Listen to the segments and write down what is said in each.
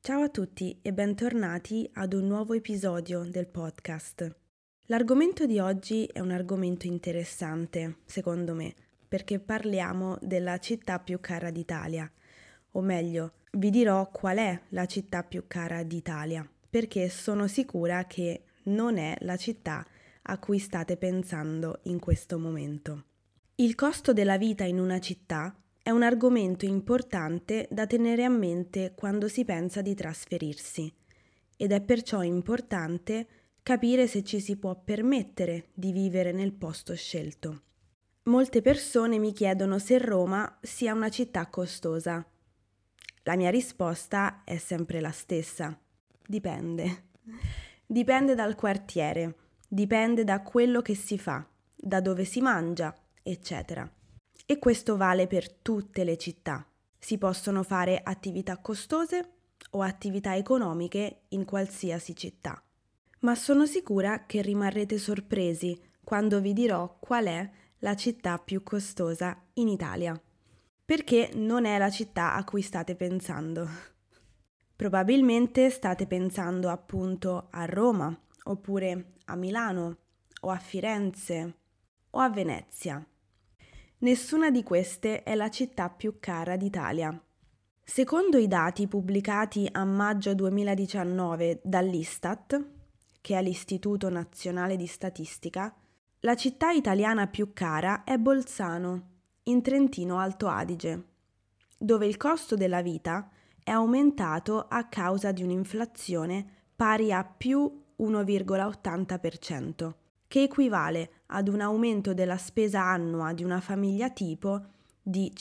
Ciao a tutti e bentornati ad un nuovo episodio del podcast. L'argomento di oggi è un argomento interessante, secondo me, perché parliamo della città più cara d'Italia. O meglio, vi dirò qual è la città più cara d'Italia, perché sono sicura che non è la città a cui state pensando in questo momento. Il costo della vita in una città è un argomento importante da tenere a mente quando si pensa di trasferirsi ed è perciò importante capire se ci si può permettere di vivere nel posto scelto. Molte persone mi chiedono se Roma sia una città costosa. La mia risposta è sempre la stessa. Dipende. Dipende dal quartiere, dipende da quello che si fa, da dove si mangia, eccetera. E questo vale per tutte le città. Si possono fare attività costose o attività economiche in qualsiasi città. Ma sono sicura che rimarrete sorpresi quando vi dirò qual è la città più costosa in Italia. Perché non è la città a cui state pensando. Probabilmente state pensando appunto a Roma, oppure a Milano, o a Firenze, o a Venezia. Nessuna di queste è la città più cara d'Italia. Secondo i dati pubblicati a maggio 2019 dall'Istat, che è l'Istituto Nazionale di Statistica, la città italiana più cara è Bolzano, in Trentino Alto Adige, dove il costo della vita è aumentato a causa di un'inflazione pari a più 1,80%, che equivale ad un aumento della spesa annua di una famiglia tipo di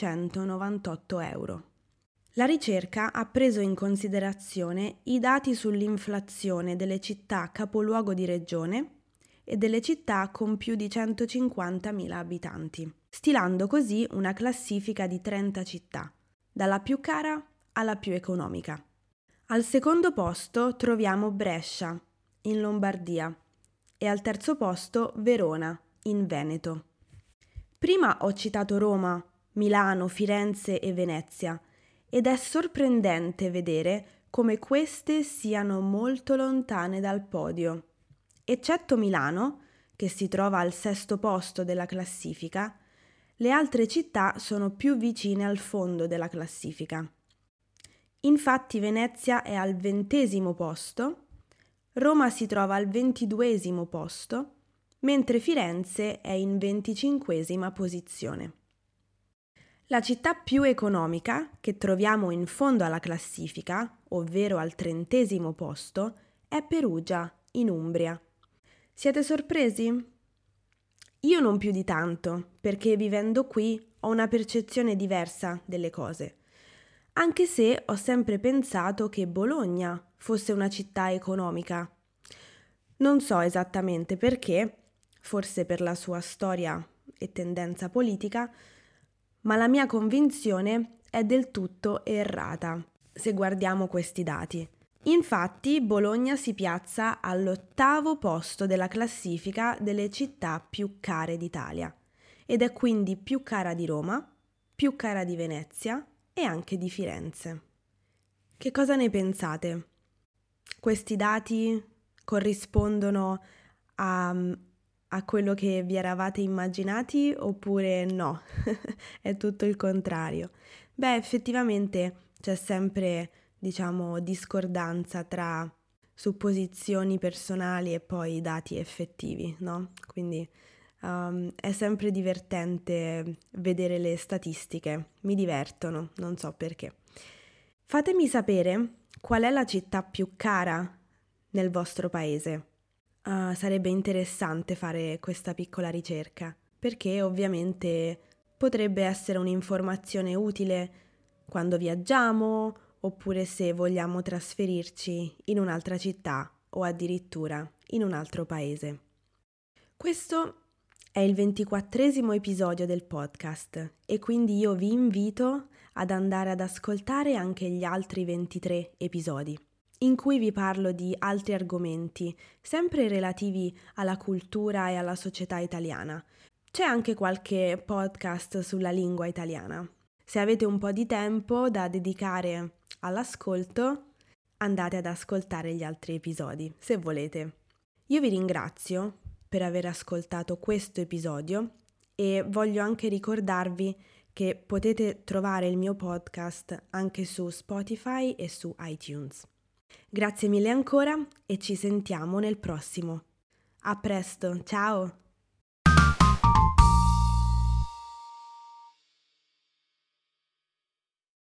598 euro. La ricerca ha preso in considerazione i dati sull'inflazione delle città capoluogo di regione e delle città con più di 150.000 abitanti, stilando così una classifica di 30 città, dalla più cara alla più economica. Al secondo posto troviamo Brescia, in Lombardia, e al terzo posto Verona, in Veneto. Prima ho citato Roma, Milano, Firenze e Venezia, ed è sorprendente vedere come queste siano molto lontane dal podio. Eccetto Milano, che si trova al sesto posto della classifica, le altre città sono più vicine al fondo della classifica. Infatti Venezia è al 20° posto, Roma si trova al 22° posto, mentre Firenze è in 25ª posizione. La città più economica, che troviamo in fondo alla classifica, ovvero al 30° posto, è Perugia, in Umbria. Siete sorpresi? Io non più di tanto, perché vivendo qui ho una percezione diversa delle cose. Anche se ho sempre pensato che Bologna fosse una città economica. Non so esattamente perché, forse per la sua storia e tendenza politica, ma la mia convinzione è del tutto errata, se guardiamo questi dati. Infatti, Bologna si piazza all'8° posto della classifica delle città più care d'Italia ed è quindi più cara di Roma, più cara di Venezia e anche di Firenze. Che cosa ne pensate? Questi dati corrispondono a quello che vi eravate immaginati oppure no? È tutto il contrario. Beh, effettivamente c'è sempre, discordanza tra supposizioni personali e poi dati effettivi, no? Quindi è sempre divertente vedere le statistiche, mi divertono, non so perché. Fatemi sapere qual è la città più cara nel vostro paese. Sarebbe interessante fare questa piccola ricerca, perché ovviamente potrebbe essere un'informazione utile quando viaggiamo oppure se vogliamo trasferirci in un'altra città o addirittura in un altro paese. Questo è il 24° episodio del podcast e quindi io vi invito ad andare ad ascoltare anche gli altri 23 episodi, in cui vi parlo di altri argomenti, sempre relativi alla cultura e alla società italiana. C'è anche qualche podcast sulla lingua italiana. Se avete un po' di tempo da dedicare all'ascolto, andate ad ascoltare gli altri episodi, se volete. Io vi ringrazio per aver ascoltato questo episodio e voglio anche ricordarvi che potete trovare il mio podcast anche su Spotify e su iTunes. Grazie mille ancora e ci sentiamo nel prossimo. A presto, ciao!